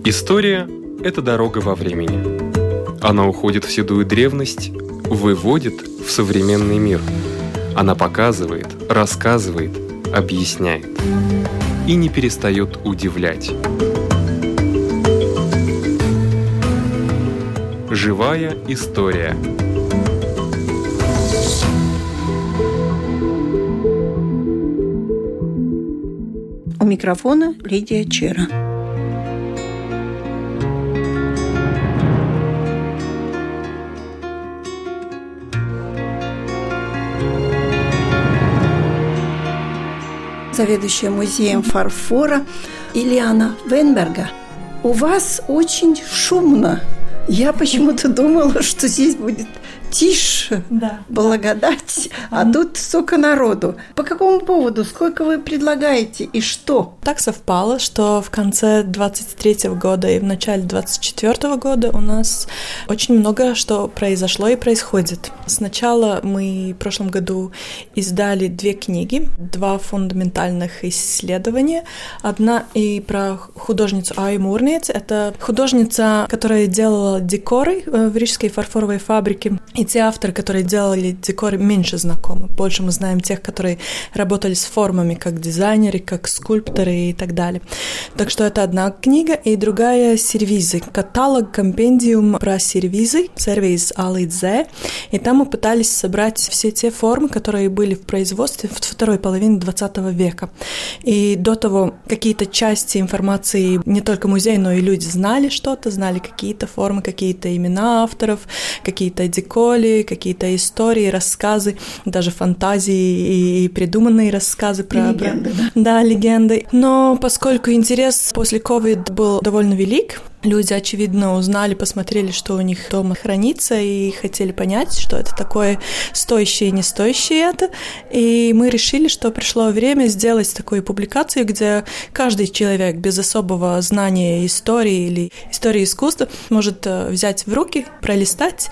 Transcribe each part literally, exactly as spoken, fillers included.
История – это дорога во времени. Она уходит в седую древность, выводит в современный мир. Она показывает, рассказывает, объясняет и не перестает удивлять. Живая история. У микрофона Лидия Чера. Заведующая музеем фарфора Ильяна Венберга. У вас очень шумно. Я почему-то думала, что здесь будет тише, да, благодать, а mm-hmm. тут столько народу. По какому поводу? Сколько вы предлагаете и что? Так совпало, что в конце двадцать третьего года и в начале двадцать четвёртого года у нас очень много что произошло и происходит. Сначала мы в прошлом году издали две книги, два фундаментальных исследования. Одна и про художницу Аiju Mūrnieci. Это художница, которая делала декоры в Рижской фарфоровой фабрике. И те авторы, которые делали декоры, меньше знакомы. Больше мы знаем тех, которые работали с формами, как дизайнеры, как скульпторы и так далее. Так что это одна книга, и другая — сервизы. Каталог, компендиум про сервизы, сервиз А līdz Z. И там мы пытались собрать все те формы, которые были в производстве в второй половине двадцатого века. И до того какие-то части информации не только музей, но и люди знали что-то, знали какие-то формы, какие-то имена авторов, какие-то декоры, какие-то истории, рассказы, даже фантазии и придуманные рассказы про... Легенды, да? Да, легенды. Но поскольку интерес после ковида был довольно велик, люди, очевидно, узнали, посмотрели, что у них дома хранится, и хотели понять, что это такое стоящее и не стоящее это. И мы решили, что пришло время сделать такую публикацию, где каждый человек без особого знания истории или истории искусства может взять в руки, пролистать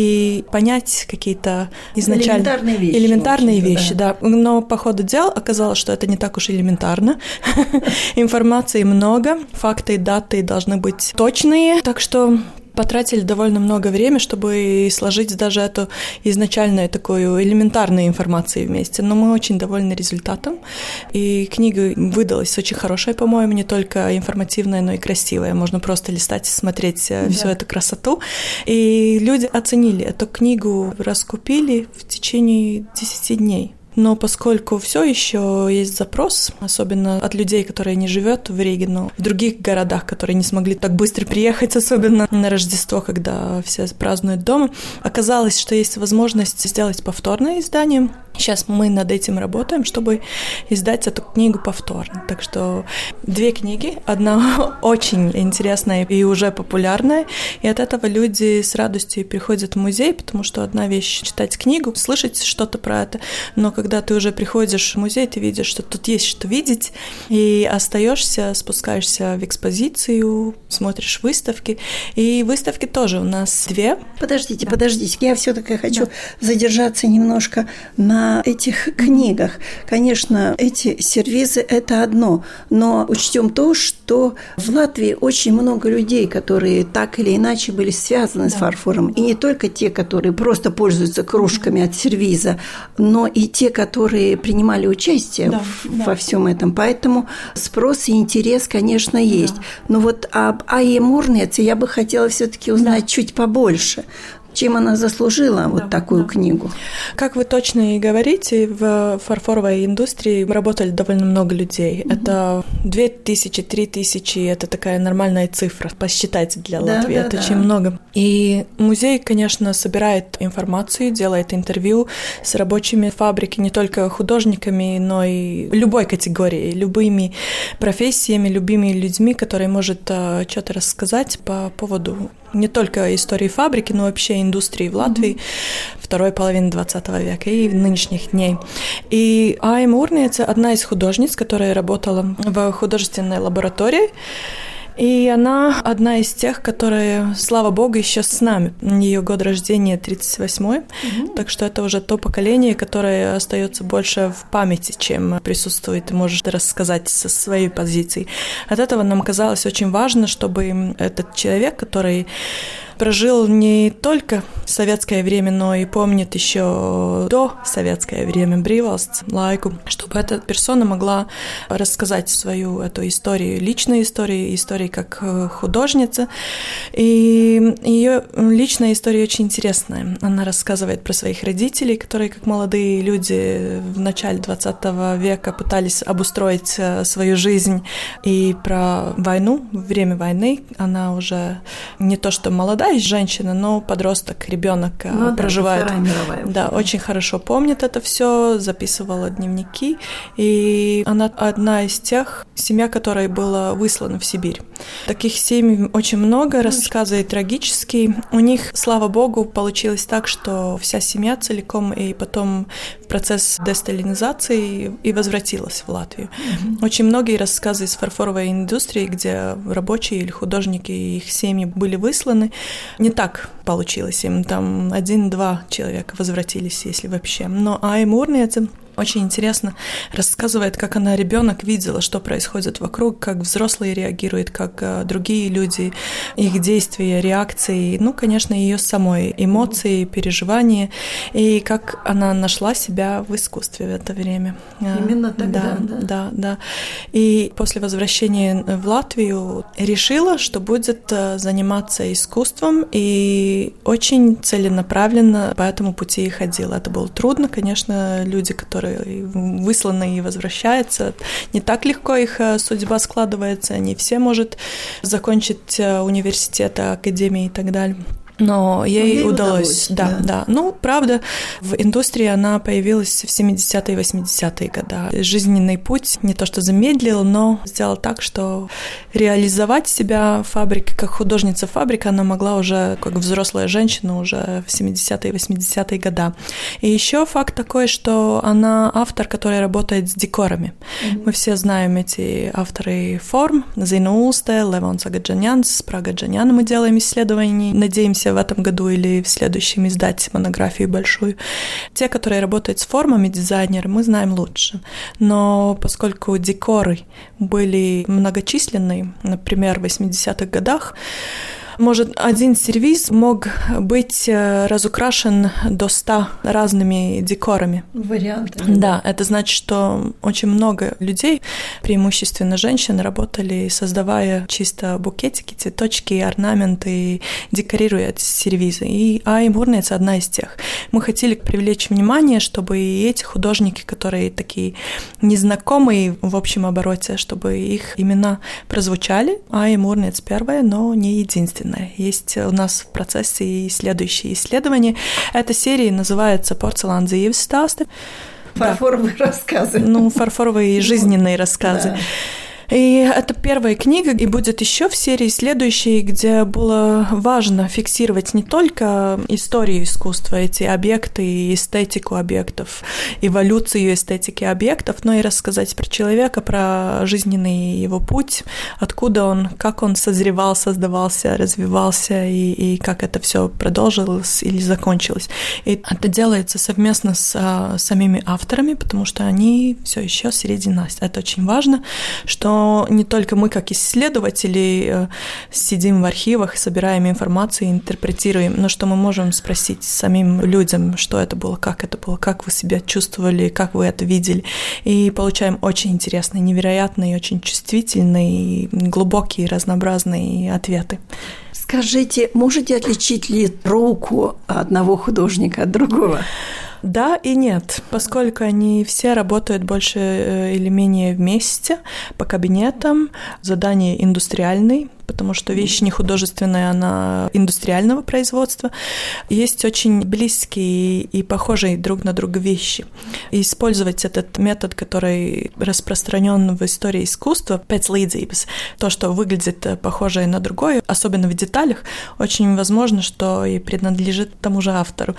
и понять какие-то изначально... Элементарные вещи. Элементарные вещи, да. да. Но по ходу дела оказалось, что это не так уж элементарно. Информации много, факты и даты должны быть точные, так что потратили довольно много времени, чтобы сложить даже эту изначальную такую элементарную информацию вместе. Но мы очень довольны результатом. И книга выдалась очень хорошая, по-моему, не только информативная, но и красивая. Можно просто листать и смотреть да. всю эту красоту. И люди оценили эту книгу, раскупили в течение десяти дней. Но поскольку все еще есть запрос, особенно от людей, которые не живут в Риге, но в других городах, которые не смогли так быстро приехать, особенно на Рождество, когда все празднуют дома, оказалось, что есть возможность сделать повторное издание. Сейчас мы над этим работаем, чтобы издать эту книгу повторно. Так что две книги, одна очень интересная и уже популярная, и от этого люди с радостью приходят в музей, потому что одна вещь — читать книгу, слышать что-то про это, но когда ты уже приходишь в музей, ты видишь, что тут есть что видеть, и остаешься, спускаешься в экспозицию, смотришь выставки, и выставки тоже у нас две. Подождите, да. подождите, я все-таки хочу да. задержаться немножко на этих книгах. Конечно, эти сервизы – это одно, но учтем то, что в Латвии очень много людей, которые так или иначе были связаны да. с фарфором, и не только те, которые просто пользуются кружками от сервиза, но и те, которые принимали участие да, в, да. во всем этом. Поэтому спрос и интерес, конечно, есть. Да. Но вот об Аiju Mūrnieci я бы хотела все-таки узнать да. чуть побольше. Чем она заслужила да, вот такую да. книгу? Как вы точно и говорите, в фарфоровой индустрии работали довольно много людей. Mm-hmm. Это две тысячи, три тысячи, это такая нормальная цифра, посчитать для да, Латвии, да, это да. очень много. И музей, конечно, собирает информацию, делает интервью с рабочими фабрики, не только художниками, но и любой категории, любыми профессиями, любыми людьми, которые может что-то рассказать по поводу не только истории фабрики, но вообще индустрии в Латвии mm-hmm. второй половины двадцатого века и нынешних дней. И Aiju Mūrnieci — одна из художниц, которая работала в художественной лаборатории. И она одна из тех, которые, слава богу, еще с нами. Ее год рождения тридцать восьмой, угу. Так что это уже то поколение, которое остается больше в памяти, чем присутствует и может рассказать со своей позиции. От этого нам казалось очень важно, чтобы этот человек, который прожил не только советское время, но и помнит еще до советское время, брīvalsts laiku, чтобы эта персона могла рассказать свою эту историю, личную историю, историю как художница. И ее личная история очень интересная. Она рассказывает про своих родителей, которые, как молодые люди в начале двадцатого века пытались обустроить свою жизнь, и про войну, время войны. Она уже не то что молодая женщина, но подросток, ребенок ну, проживает. Да, мировая, да, очень хорошо помнит это все, записывала дневники, и она одна из тех семья, которая была выслана в Сибирь. Таких семей очень много, рассказы трагические. У них, слава богу, получилось так, что вся семья целиком и потом в процесс десталинизации и возвратилась в Латвию. Mm-hmm. Очень многие рассказы из фарфоровой индустрии, где рабочие или художники и их семьи были высланы, не так получилось им. Там один-два человека возвратились, если вообще. Но Aija Mūrniece очень интересно рассказывает, как она, ребенок, видела, что происходит вокруг, как взрослые реагируют, как другие люди, их действия, реакции, ну, конечно, ее самой эмоции, переживания, и как она нашла себя в искусстве в это время. Именно тогда, да, да, да, да. И после возвращения в Латвию решила, что будет заниматься искусством, и очень целенаправленно по этому пути ходила. Это было трудно, конечно, люди, которые высланы и возвращаются. Не так легко их судьба складывается, не все могут закончить университет, академии и так далее. Но ей, ей удалось, удалось да, да, да. Ну, правда, в индустрии она появилась в семидесятые и восьмидесятые годы. Жизненный путь не то что замедлил, но сделал так, что реализовать себя в фабрике, как художница фабрики, она могла уже, как взрослая женщина, уже в семидесятые и восьмидесятые годы. И еще факт такой, что она автор, который работает с декорами. Mm-hmm. Мы все знаем эти авторы форм. Зина Улсте, Левонс Агаджанян, с Прагаджаняном мы делаем исследования. Надеемся в этом году или в следующем издать монографию большую. Те, которые работают с формами, дизайнеры, мы знаем лучше. Но поскольку декоры были многочисленные, например, в восьмидесятых годах, может, один сервиз мог быть разукрашен до ста разными декорами. Вариантами. Да, это значит, что очень много людей, преимущественно женщин, работали, создавая чисто букетики, цветочки, орнаменты, декорируя эти сервизы. И Aija Mūrniece одна из тех. Мы хотели привлечь внимание, чтобы и эти художники, которые такие незнакомые в общем обороте, чтобы их имена прозвучали. Aija Mūrniece первая, но не единственная. Есть у нас в процессе и следующие исследования. Эта серия называется «Porcelāna dzīves stāsti». Фарфоровые да. рассказы. Ну, фарфоровые жизненные рассказы. Да. И это первая книга, и будет еще в серии следующей, где было важно фиксировать не только историю искусства, эти объекты, эстетику объектов, эволюцию эстетики объектов, но и рассказать про человека, про жизненный его путь, откуда он, как он созревал, создавался, развивался, и, и как это все продолжилось или закончилось. И это делается совместно с а, самими авторами, потому что они все еще среди нас. Это очень важно, что не только мы, как исследователи, сидим в архивах, собираем информацию, интерпретируем, но что мы можем спросить самим людям, что это было, как это было, как вы себя чувствовали, как вы это видели. И получаем очень интересные, невероятные, очень чувствительные, глубокие, разнообразные ответы. Скажите, можете отличить ли руку одного художника от другого? Да и нет, поскольку они все работают больше или менее вместе по кабинетам, задания индустриальные, потому что вещь не художественная, она индустриального производства. Есть очень близкие и похожие друг на друга вещи. И использовать этот метод, который распространен в истории искусства, пецлīdzības, то, что выглядит похожее на другое, особенно в деталях, очень возможно, что и принадлежит тому же автору.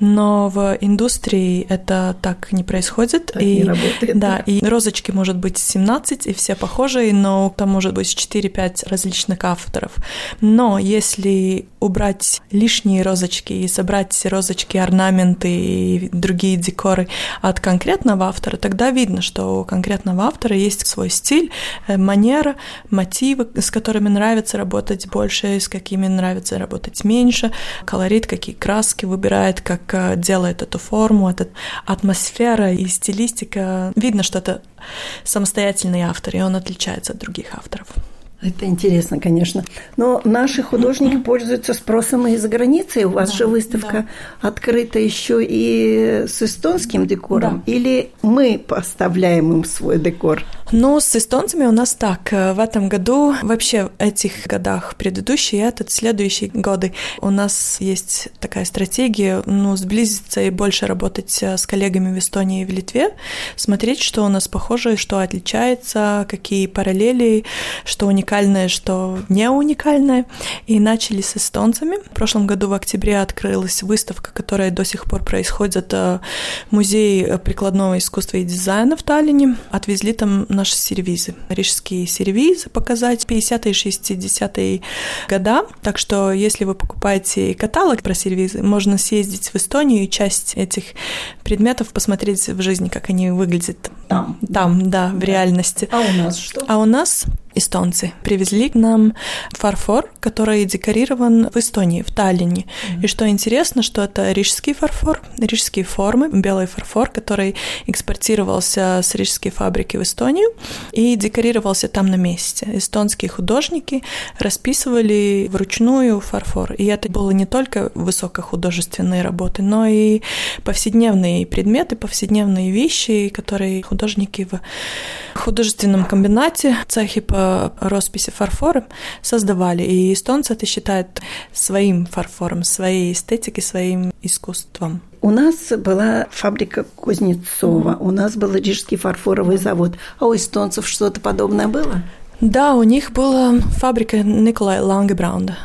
Но в индустрии это так не происходит. Так и, не работает. Да, и розочки может быть семнадцать, и все похожие, но там может быть четыре-пять различных авторов. Но если убрать лишние розочки и собрать розочки, орнаменты и другие декоры от конкретного автора, тогда видно, что у конкретного автора есть свой стиль, манера, мотивы, с которыми нравится работать больше, с какими нравится работать меньше, колорит, какие краски выбирает, как делает эту форму, эта атмосфера и стилистика. Видно, что это самостоятельный автор, и он отличается от других авторов. Это интересно, конечно. Но наши художники пользуются спросом и за границей. У вас да, же выставка да. открыта еще и с эстонским декором. Да. Или мы поставляем им свой декор? Ну, с эстонцами у нас так. В этом году, вообще в этих годах, предыдущие, этот, следующие годы, у нас есть такая стратегия, ну, сблизиться и больше работать с коллегами в Эстонии и в Литве, смотреть, что у нас похоже, что отличается, какие параллели, что уникальное, что не уникальное. И начали с эстонцами. В прошлом году в октябре открылась выставка, которая до сих пор происходит в Музее прикладного искусства и дизайна в Таллине. Отвезли там наши сервизы, рижские сервизы показать пятидесятые и шестидесятые года. Так что, если вы покупаете каталог про сервизы, можно съездить в Эстонию и часть этих предметов посмотреть в жизни, как они выглядят. Там. Там, да, в да. реальности. А у нас что? А у нас эстонцы привезли к нам фарфор, который декорирован в Эстонии, в Таллине. Mm-hmm. И что интересно, что это рижский фарфор, рижские формы, белый фарфор, который экспортировался с рижской фабрики в Эстонию и декорировался там на месте. Эстонские художники расписывали вручную фарфор. И это было не только высокохудожественные работы, но и повседневные предметы, повседневные вещи, которые художники в художественном комбинате, цехе по росписи фарфора создавали. И эстонцы это считают своим фарфором, своей эстетикой, своим искусством. У нас была фабрика Кузнецова, mm-hmm. у нас был Рижский фарфоровый завод. А у эстонцев что-то подобное было? Да, у них была фабрика Николая Лангебраунда.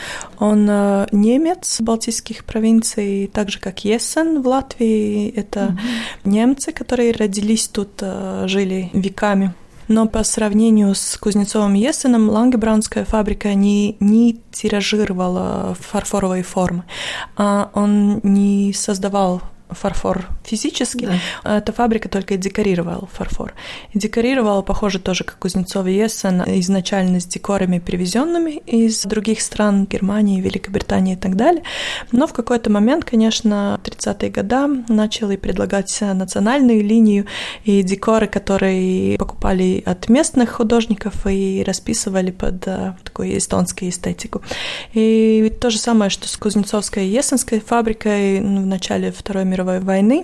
Он э, немец балтийских провинций, так же, как Ессен в Латвии. Это mm-hmm. немцы, которые родились тут, э, жили веками. Но по сравнению с Кузнецовым и Ессеном, Лангебраунская фабрика не, не тиражировала фарфоровые формы, а он не создавал фарфор физически. Да. Эта фабрика только декорировала фарфор. И декорировала, похоже, тоже как Кузнецов и Ессен, изначально с декорами, привезенными из других стран, Германии, Великобритании и так далее. Но в какой-то момент, конечно, в тридцатые годы начали предлагать национальную линию и декоры, которые покупали от местных художников и расписывали под такую эстонскую эстетику. И то же самое, что с Кузнецовской и Ессенской фабрикой в начале Второй мировой войны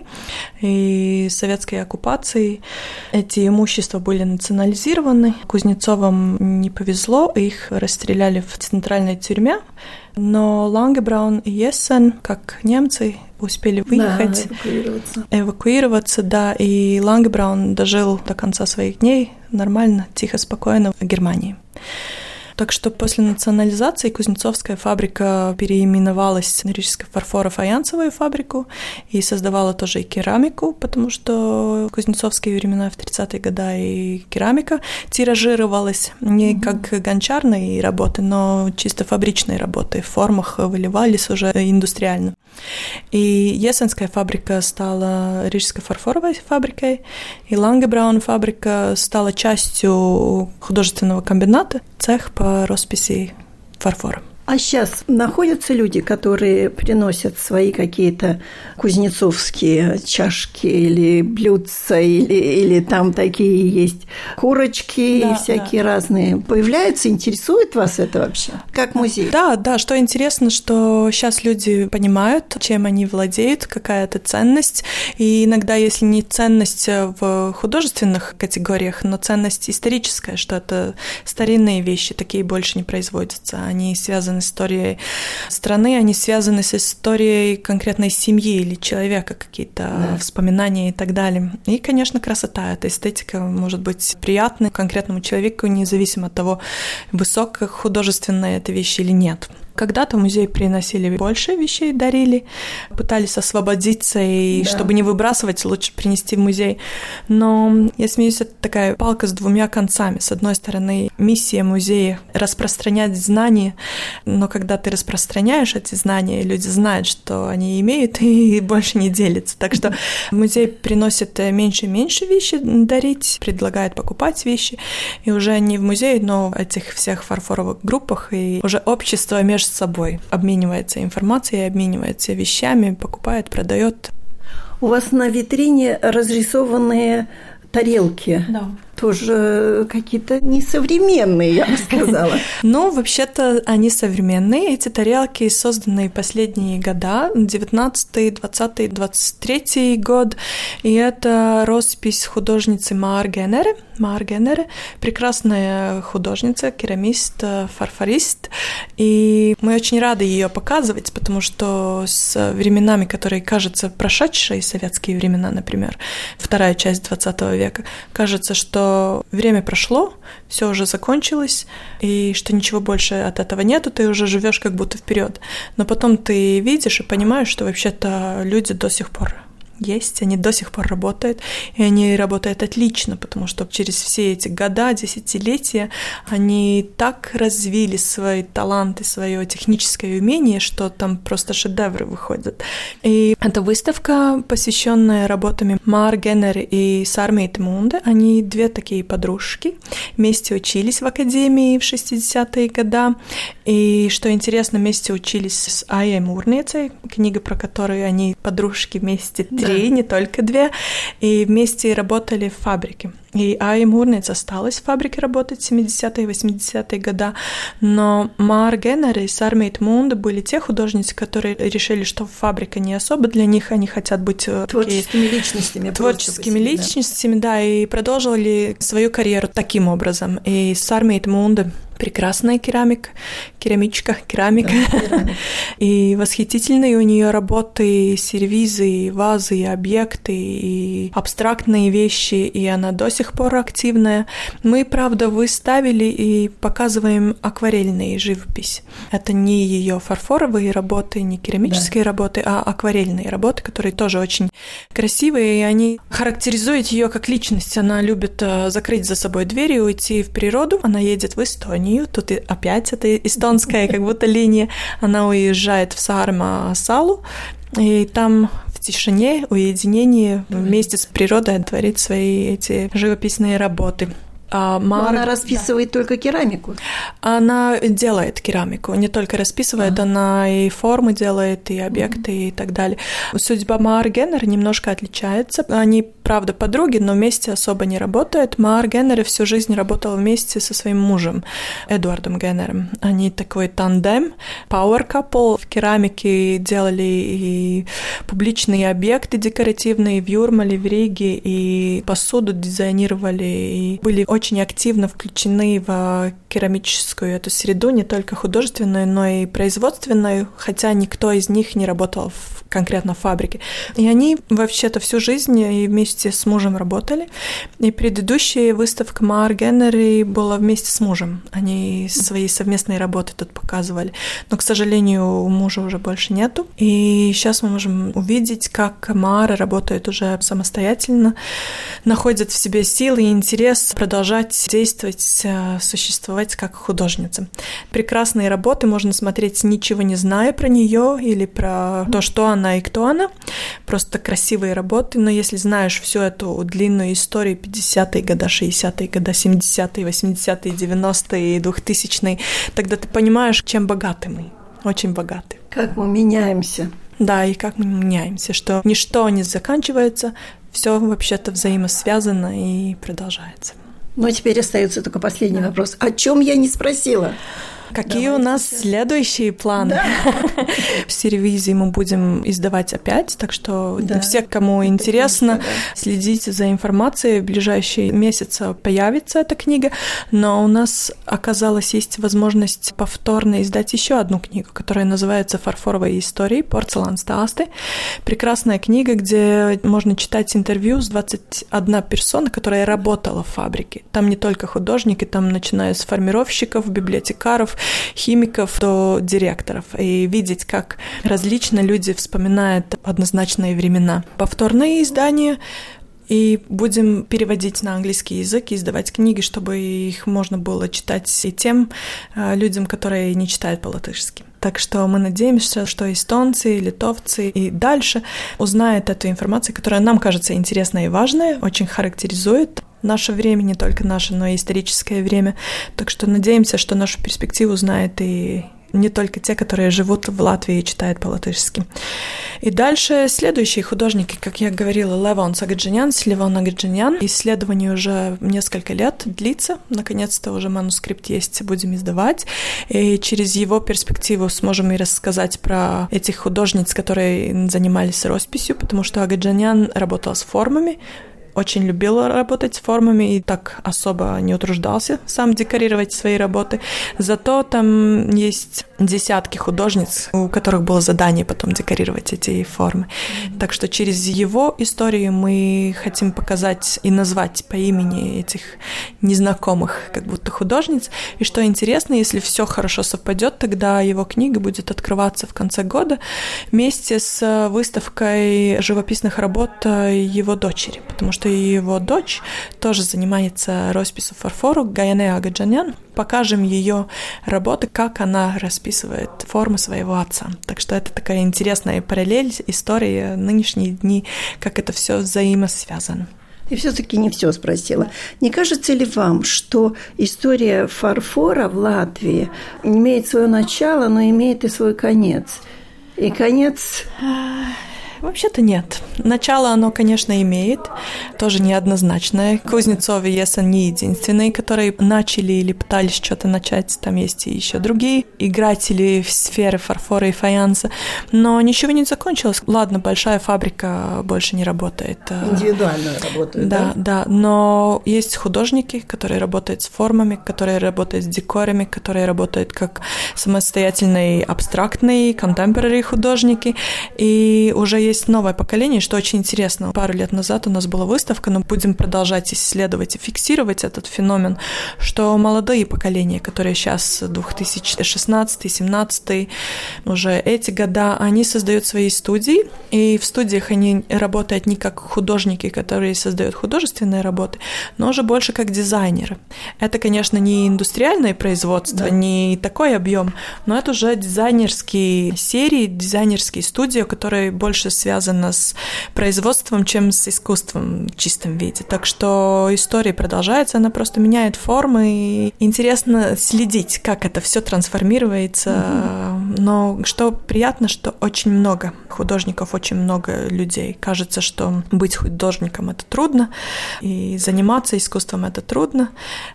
и советской оккупации. Эти имущества были национализированы. Кузнецовым не повезло, их расстреляли в центральной тюрьме. Но Лангебраун и Ессен, как немцы, успели выехать, да, эвакуироваться. эвакуироваться, да, и Лангебраун дожил до конца своих дней нормально, тихо, спокойно в Германии. Так что после национализации Кузнецовская фабрика переименовалась на Рижскую фарфоро-фаянсовую фабрику и создавала тоже и керамику, потому что в кузнецовские времена в тридцатые годы и керамика тиражировалась не mm-hmm. как гончарные работы, но чисто фабричные работы. В формах выливались уже индустриально. И Ессенская фабрика стала Рижской фарфоровой фабрикой, и Лангебраун фабрика стала частью художественного комбината, цех по росписи фарфора. А сейчас находятся люди, которые приносят свои какие-то кузнецовские чашки или блюдца, или, или там такие есть курочки, да, и всякие да. разные. Появляются, интересует вас это вообще? Как музей? Да, да, что интересно, что сейчас люди понимают, чем они владеют, какая это ценность. И иногда, если не ценность в художественных категориях, но ценность историческая, что это старинные вещи, такие больше не производятся. Они связаны с историей страны, они связаны с историей конкретной семьи или человека, какие-то да. воспоминания и так далее. И, конечно, красота, эта эстетика может быть приятной конкретному человеку, независимо от того, высокохудожественная эта вещь или нет. Когда-то в музей приносили больше вещей, дарили, пытались освободиться, и да. чтобы не выбрасывать, лучше принести в музей. Но, я смеюсь, это такая палка с двумя концами. С одной стороны, миссия музея — распространять знания, но когда ты распространяешь эти знания, люди знают, что они имеют, и больше не делятся. Так что музей приносит меньше и меньше вещи дарить, предлагает покупать вещи, и уже не в музее, но в этих всех фарфоровых группах, и уже общество между собой обменивается информацией, обменивается вещами, покупает, продает. У вас на витрине разрисованные тарелки. Да. Тоже какие-то несовременные, я бы сказала. Ну, вообще-то они современные. Эти тарелки созданы последние года, девятнадцатый, двадцатый, двадцать третий год. И это роспись художницы Маар Генере. Маар Генере – прекрасная художница, керамист, фарфорист. И мы очень рады ее показывать, потому что с временами, которые кажутся прошедшие, советские времена, например, вторая часть двадцатого века, кажется, что время прошло, все уже закончилось, и что ничего больше от этого нету, ты уже живешь как будто вперед. Но потом ты видишь и понимаешь, что вообще-то люди до сих пор есть, они до сих пор работают, и они работают отлично, потому что через все эти года, десятилетия они так развили свои таланты, свое техническое умение, что там просто шедевры выходят. И эта выставка, посвященная работами Маар Генере и Сармейт Мунде, они две такие подружки, вместе учились в академии в шестидесятые годы, и, что интересно, вместе учились с Айей Мурницей, книга, про которую они подружки вместе три, да. не только две, и вместе работали в фабрике. И Айя Мурница осталась в фабрике работать в семидесятые и восьмидесятые годы, но Маар Генере и Сармейт Мунде были те художницы, которые решили, что фабрика не особо для них, они хотят быть творческими такие, личностями. Творческими личностями, да. да, и продолжили свою карьеру таким образом. И Сармейт Мунде прекрасная керамика, керамичка, керамика. Да, и восхитительные у нее работы, сервизы, вазы, объекты, и абстрактные вещи, и она до сих пор активная. Мы, правда, выставили и показываем акварельные живопись. Это не ее фарфоровые работы, не керамические да. работы, а акварельные работы, которые тоже очень красивые, и они характеризуют ее как личность. Она любит закрыть за собой дверь и уйти в природу. Она едет в Эстонию. Тут и опять это эстонская как будто линия. Она уезжает в Саарма-Салу, и там в тишине, уединении вместе с природой творит свои эти живописные работы. А Маар... она расписывает да. только керамику. Она делает керамику, не только расписывает, а. она и формы делает, и объекты, mm-hmm. и так далее. Судьба Маар Генере немножко отличается. Они, правда, подруги, но вместе особо не работают. Маар Генере всю жизнь работала вместе со своим мужем, Эдуардом Генерем. Они такой тандем, power couple. В керамике делали и публичные объекты декоративные в Юрмале, в Риге, и посуду дизайнировали, и были очень активно включены в керамическую эту среду, не только художественную, но и производственную, хотя никто из них не работал в, конкретно в фабрике. И они вообще-то всю жизнь и вместе с мужем работали. И предыдущая выставка Маар Генере была вместе с мужем. Они свои совместные работы тут показывали. Но, к сожалению, у мужа уже больше нету. И сейчас мы можем увидеть, как Маар работает уже самостоятельно, находит в себе силы и интерес продолжать продолжать действовать, существовать как художница. Прекрасные работы можно смотреть, ничего не зная про нее или про то, что она и кто она. Просто красивые работы, но если знаешь всю эту длинную историю пятидесятые годы, шестидесятые годы, семидесятые, восьмидесятые, девяностые, двухтысячные, тогда ты понимаешь, чем богаты мы. Очень богаты. Как мы меняемся. Да, и как мы меняемся, что ничто не заканчивается, все вообще-то взаимосвязано и продолжается. Ну, а теперь остается только последний вопрос. О чем я не спросила? Какие Давайте у нас сейчас. следующие планы? Да. Все ревизии мы будем издавать опять, так что да. все, кому это интересно, книжка, да. следите за информацией. В ближайшие месяцы появится эта книга, но у нас оказалось есть возможность повторно издать еще одну книгу, которая называется «Фарфоровые истории. Порцелан-стасты». Прекрасная книга, где можно читать интервью с двадцать одной персоной, которая работала в фабрике. Там не только художники, там начиная с формировщиков, библиотекаров, химиков до директоров, и видеть, как различно люди вспоминают однозначные времена. Повторное издание, и будем переводить на английский язык и издавать книги, чтобы их можно было читать и тем людям, которые не читают по-латышски. Так что мы надеемся, что эстонцы, литовцы и дальше узнают эту информацию, которая нам кажется интересной и важной, очень характеризует наше время, не только наше, но и историческое время. Так что надеемся, что нашу перспективу знают и не только те, которые живут в Латвии и читают по-латышски. И дальше следующие художники, как я говорила, Левонс Агаджанян, Левон Агаджанян. Исследование уже несколько лет длится. Наконец-то уже манускрипт есть, будем издавать. И через его перспективу сможем и рассказать про этих художниц, которые занимались росписью, потому что Агаджанян работал с формами, очень любил работать с формами и так особо не утруждался сам декорировать свои работы. Зато там есть десятки художниц, у которых было задание потом декорировать эти формы. Mm-hmm. Так что через его историю мы хотим показать и назвать по имени этих незнакомых как будто художниц. И что интересно, если все хорошо совпадет, тогда его книга будет открываться в конце года вместе с выставкой живописных работ его дочери, потому что и его дочь тоже занимается росписью фарфору, Гаяне Агаджанян. Покажем ее работы, как она расписывает формы своего отца. Так что это такая интересная параллель, история, нынешние дни, как это все взаимосвязано. И все-таки не все спросила. Не кажется ли вам, что история фарфора в Латвии имеет свое начало, но имеет и свой конец? И конец... Вообще-то нет. Начало оно, конечно, имеет, тоже неоднозначное. Кузнецов и Есен не единственные, которые начали или пытались что-то начать. Там есть и еще другие игратели в сфере фарфора и фаянса. Но ничего не закончилось. Ладно, большая фабрика больше не работает. Индивидуально работают, да? Да, да. Но есть художники, которые работают с формами, которые работают с декорами, которые работают как самостоятельные абстрактные, contemporary художники. И уже есть Есть новое поколение, что очень интересно. Пару лет назад у нас была выставка, но будем продолжать исследовать и фиксировать этот феномен, что молодые поколения, которые сейчас две тысячи шестнадцатый, две тысячи семнадцатый, уже эти года, они создают свои студии, и в студиях они работают не как художники, которые создают художественные работы, но уже больше как дизайнеры. Это, конечно, не индустриальное производство, да. не такой объем, но это уже дизайнерские серии, дизайнерские студии, которые больше связано с производством, чем с искусством в чистом виде. Так что история продолжается, она просто меняет формы. И интересно следить, как это все трансформируется. Mm-hmm. Но что приятно, что очень много художников, очень много людей. Кажется, что быть художником — это трудно, и заниматься искусством — это трудно,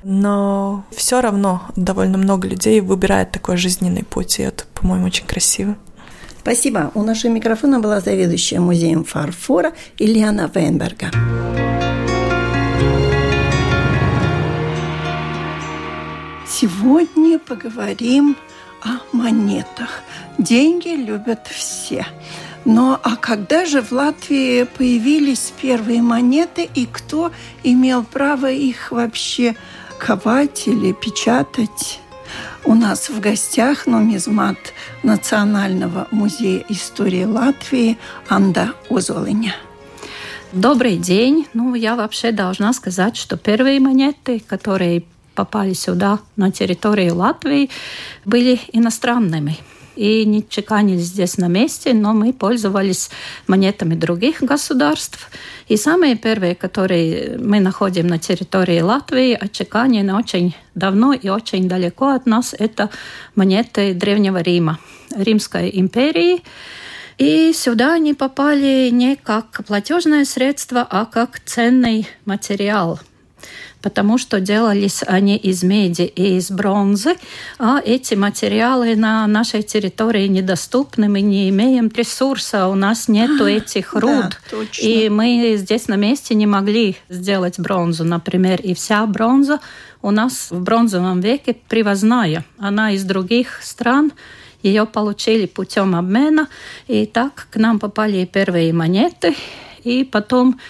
но все равно довольно много людей выбирает такой жизненный путь, и это, по-моему, очень красиво. Спасибо. У нашего микрофона была заведующая музеем фарфора Ильяна Вейнберга. Сегодня поговорим о монетах. Деньги любят все. Но а когда же в Латвии появились первые монеты, и кто имел право их вообще ковать или печатать? У нас в гостях нумизмат Национального музея истории Латвии Анда Озолиņa. Добрый день. Ну, я вообще должна сказать, что первые монеты, которые попали сюда, на территорию Латвии, были иностранными. И не чеканились здесь на месте, но мы пользовались монетами других государств. И самые первые, которые мы находим на территории Латвии, отчеканены очень давно и очень далеко от нас, это монеты Древнего Рима, Римской империи. И сюда они попали не как платежное средство, а как ценный материал, потому что делались они из меди и из бронзы, а эти материалы на нашей территории недоступны, мы не имеем ресурса, у нас нету этих руд, да, и мы здесь на месте не могли сделать бронзу, например, и вся бронза у нас в бронзовом веке привозная, она из других стран. Ее получили путем обмена, и так к нам попали первые монеты, и потом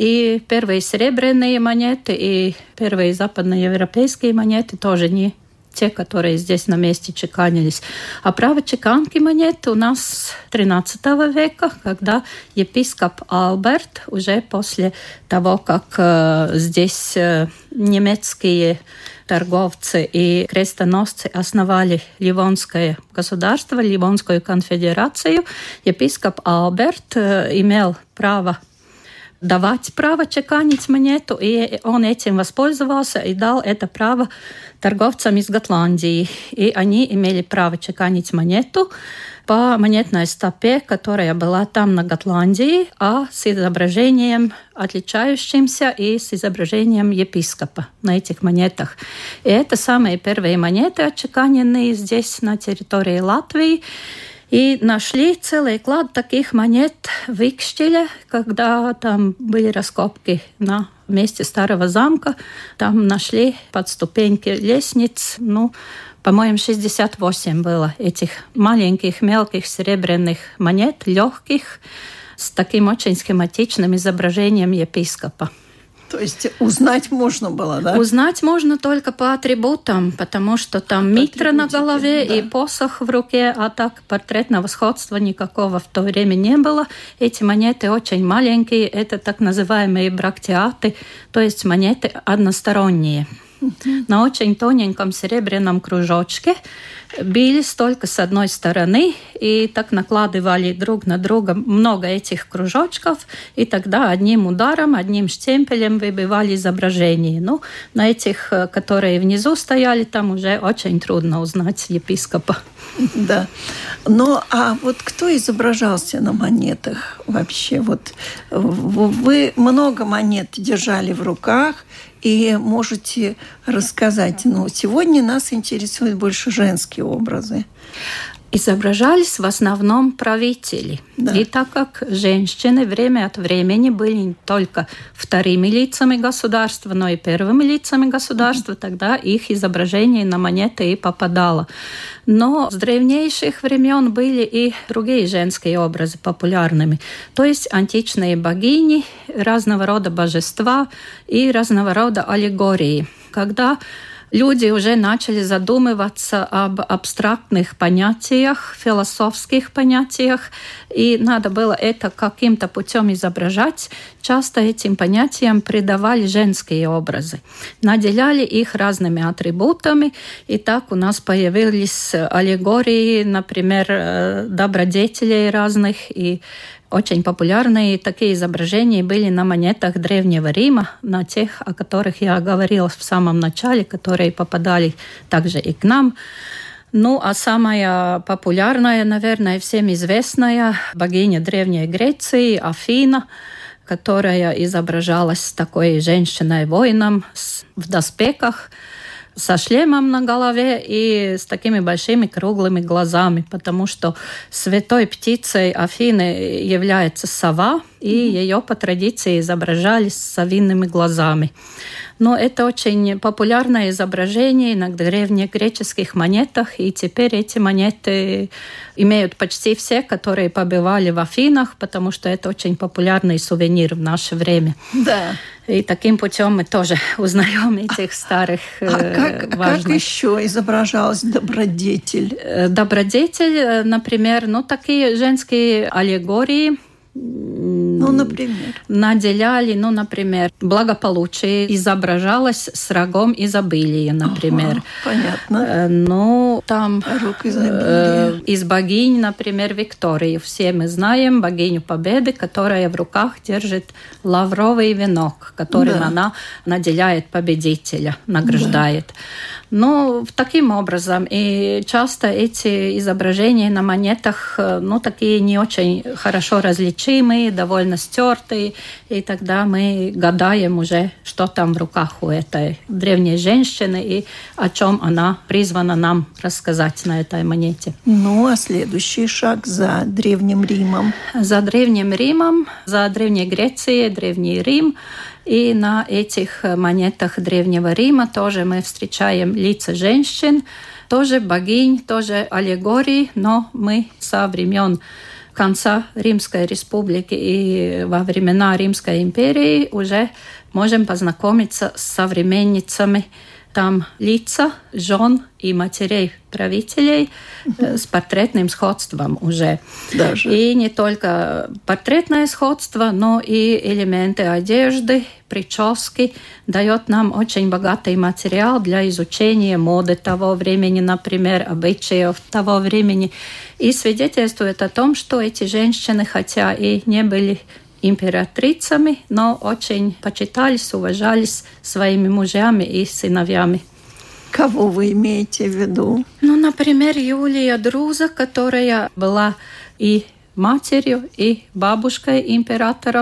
и первые серебряные монеты, и первые западноевропейские монеты тоже не те, которые здесь на месте чеканились. А право чеканки монет у нас с тринадцатого века, когда епископ Альберт уже после того, как э, здесь э, немецкие торговцы и крестоносцы основали Ливонское государство, Ливонскую конфедерацию, епископ Альберт э, имел право давать право чеканить монету, и он этим воспользовался и дал это право торговцам из Готландии. И они имели право чеканить монету по монетной стопе, которая была там на Готландии, а с изображением отличающимся и с изображением епископа на этих монетах. И это самые первые монеты, отчеканенные здесь на территории Латвии. И нашли целый клад таких монет в Икштиле, когда там были раскопки на месте старого замка. Там нашли под ступеньки лестниц, ну, по-моему, шестьдесят восемь было этих маленьких, мелких серебряных монет, легких, с таким очень схематичным изображением епископа. То есть узнать можно было, да? Узнать можно только по атрибутам, потому что там по митра на голове, да, и посох в руке, а так портретного сходства никакого в то время не было. Эти монеты очень маленькие, это так называемые брактиаты, то есть монеты односторонние. Uh-huh. На очень тоненьком серебряном кружочке бились только с одной стороны, и так накладывали друг на друга много этих кружочков, и тогда одним ударом, одним штемпелем выбивали изображение. Ну, на этих, которые внизу стояли, там уже очень трудно узнать епископа. Да. Ну, а вот кто изображался на монетах вообще? Вот вы много монет держали в руках, и можете рассказать, но сегодня нас интересуют больше женские образы. Изображались в основном правители. Да. И так как женщины время от времени были не только вторыми лицами государства, но и первыми лицами государства, mm-hmm. тогда их изображение на монеты и попадало. Но с древнейших времен были и другие женские образы популярными. То есть античные богини, разного рода божества и разного рода аллегории. Когда люди уже начали задумываться об абстрактных понятиях, философских понятиях, и надо было это каким-то путем изображать. Часто этим понятиям придавали женские образы, наделяли их разными атрибутами, и так у нас появились аллегории, например, добродетелей разных, и очень популярные такие изображения были на монетах Древнего Рима, на тех, о которых я говорила в самом начале, которые попадали также и к нам. Ну, а самая популярная, наверное, всем известная богиня Древней Греции Афина, которая изображалась такой женщиной-воином в доспехах, со шлемом на голове и с такими большими круглыми глазами, потому что святой птицей Афины является сова, и mm-hmm. ее по традиции изображали с совиными глазами. Но это очень популярное изображение на древнегреческих монетах, и теперь эти монеты имеют почти все, которые побывали в Афинах, потому что это очень популярный сувенир в наше время. Да. И таким путем мы тоже узнаем этих старых а как, важных. Как еще изображалась добродетель? Добродетель, например, ну такие женские аллегории. ну, например? наделяли, ну, например, благополучие изображалось с рогом изобилия, например. Ага, понятно. Ну, там рог изобилия. Э, из богинь, например, Виктории. Все мы знаем богиню Победы, которая в руках держит лавровый венок, которым да. она наделяет победителя, награждает. Да. Ну, таким образом. И часто эти изображения на монетах, ну, такие не очень хорошо различимые, довольно стертые. И тогда мы гадаем уже, что там в руках у этой древней женщины и о чем она призвана нам рассказать на этой монете. Ну, а следующий шаг за Древним Римом? За Древним Римом, за Древней Грецией, Древний Рим. И на этих монетах Древнего Рима тоже мы встречаем лица женщин, тоже богинь, тоже аллегории, но мы со времен конца Римской Республики и во времена Римской империи уже можем познакомиться с современницами. Там лица жен и матерей правителей угу. с портретным сходством уже. Даже. И не только портретное сходство, но и элементы одежды, прически дает нам очень богатый материал для изучения моды того времени, например, обычаев того времени. И свидетельствует о том, что эти женщины, хотя и не были императрицами, но очень почитались, уважались своими мужьями и сыновьями. Кого вы имеете в виду? Ну, например, Юлия Друза, которая была и матерью, и бабушкой императоров,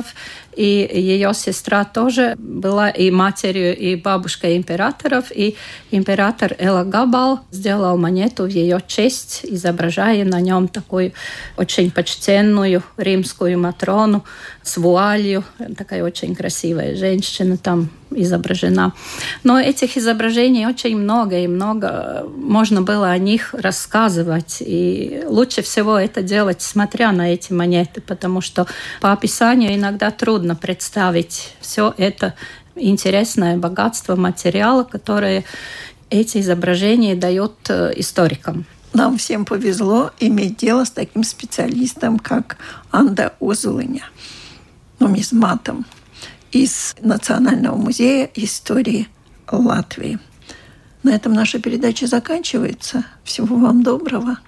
и ее сестра тоже была и матерью, и бабушкой императоров, и император Элагабал сделал монету в ее честь, изображая на нем такую очень почтенную римскую матрону с вуалью, такая очень красивая женщина там изображена. Но этих изображений очень много, и много можно было о них рассказывать. И лучше всего это делать, смотря на эти монеты, потому что по описанию иногда трудно представить все это интересное богатство материала, которое эти изображения дают историкам. Нам всем повезло иметь дело с таким специалистом, как Анда Озулыня, нумизматом из Национального музея истории Латвии. На этом наша передача заканчивается. Всего вам доброго.